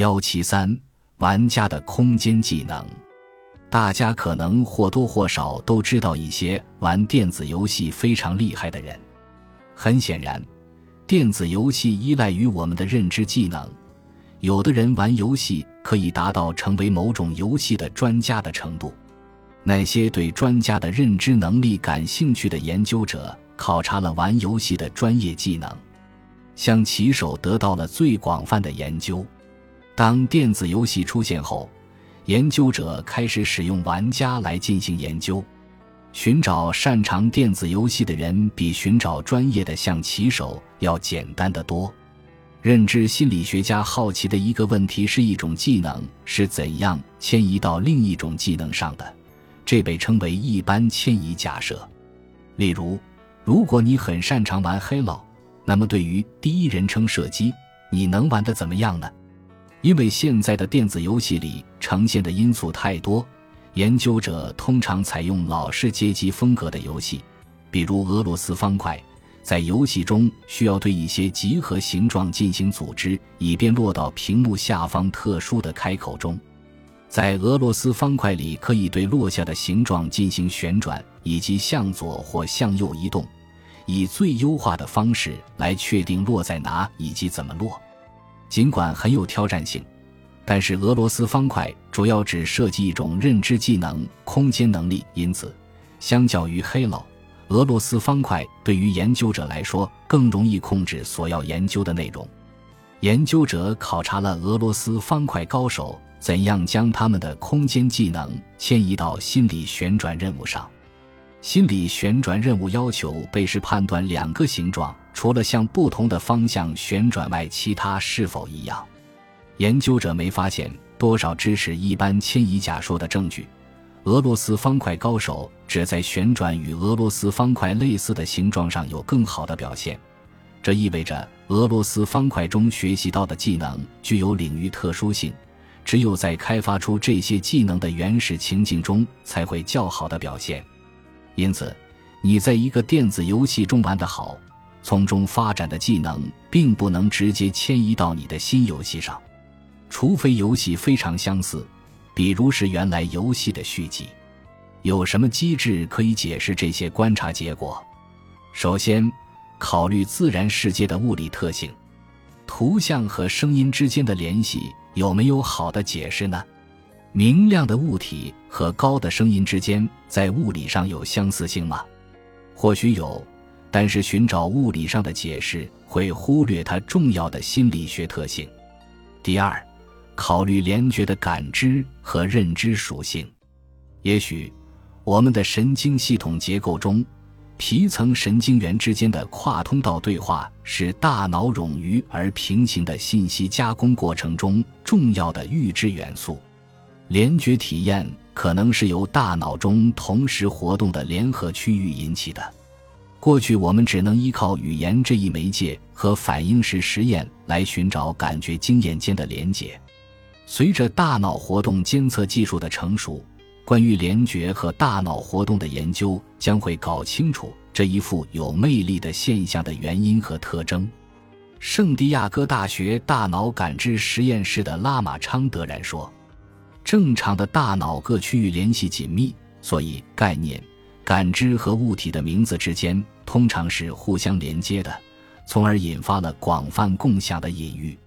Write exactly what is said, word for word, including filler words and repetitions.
一七三玩家的空间技能。大家可能或多或少都知道一些玩电子游戏非常厉害的人。很显然，电子游戏依赖于我们的认知技能，有的人玩游戏可以达到成为某种游戏的专家的程度。那些对专家的认知能力感兴趣的研究者考察了玩游戏的专业技能，向棋手得到了最广泛的研究。当电子游戏出现后，研究者开始使用玩家来进行研究。寻找擅长电子游戏的人比寻找专业的象棋手要简单得多。认知心理学家好奇的一个问题是，一种技能是怎样迁移到另一种技能上的，这被称为一般迁移假设。例如，如果你很擅长玩 Halo， 那么对于第一人称射击，你能玩得怎么样呢？因为现在的电子游戏里呈现的因素太多，研究者通常采用老式街机风格的游戏，比如俄罗斯方块，在游戏中需要对一些几何形状进行组织，以便落到屏幕下方特殊的开口中。在俄罗斯方块里，可以对落下的形状进行旋转，以及向左或向右移动，以最优化的方式来确定落在哪以及怎么落。尽管很有挑战性，但是俄罗斯方块主要只涉及一种认知技能——空间能力，因此相较于 Halo， 俄罗斯方块对于研究者来说更容易控制所要研究的内容。研究者考察了俄罗斯方块高手怎样将他们的空间技能迁移到心理旋转任务上。心理旋转任务要求被试判断两个形状除了向不同的方向旋转外，其他是否一样。研究者没发现多少支持一般迁移假说的证据。俄罗斯方块高手只在旋转与俄罗斯方块类似的形状上有更好的表现，这意味着俄罗斯方块中学习到的技能具有领域特殊性，只有在开发出这些技能的原始情境中才会较好的表现。因此，你在一个电子游戏中玩得好，从中发展的技能并不能直接迁移到你的新游戏上，除非游戏非常相似，比如是原来游戏的续集。有什么机制可以解释这些观察结果？首先，考虑自然世界的物理特性。图像和声音之间的联系有没有好的解释呢？明亮的物体和高的声音之间在物理上有相似性吗？或许有，但是寻找物理上的解释会忽略它重要的心理学特性。第二，考虑联觉的感知和认知属性。也许我们的神经系统结构中，皮层神经元之间的跨通道对话是大脑冗余而平行的信息加工过程中重要的预知元素。联觉体验可能是由大脑中同时活动的联合区域引起的。过去我们只能依靠语言这一媒介和反应式实验来寻找感觉经验间的连结。随着大脑活动监测技术的成熟，关于联觉和大脑活动的研究将会搞清楚这一副有魅力的现象的原因和特征。圣地亚哥大学大脑感知实验室的拉马昌德然说，正常的大脑各区域联系紧密，所以概念、感知和物体的名字之间通常是互相连接的，从而引发了广泛共享的隐喻。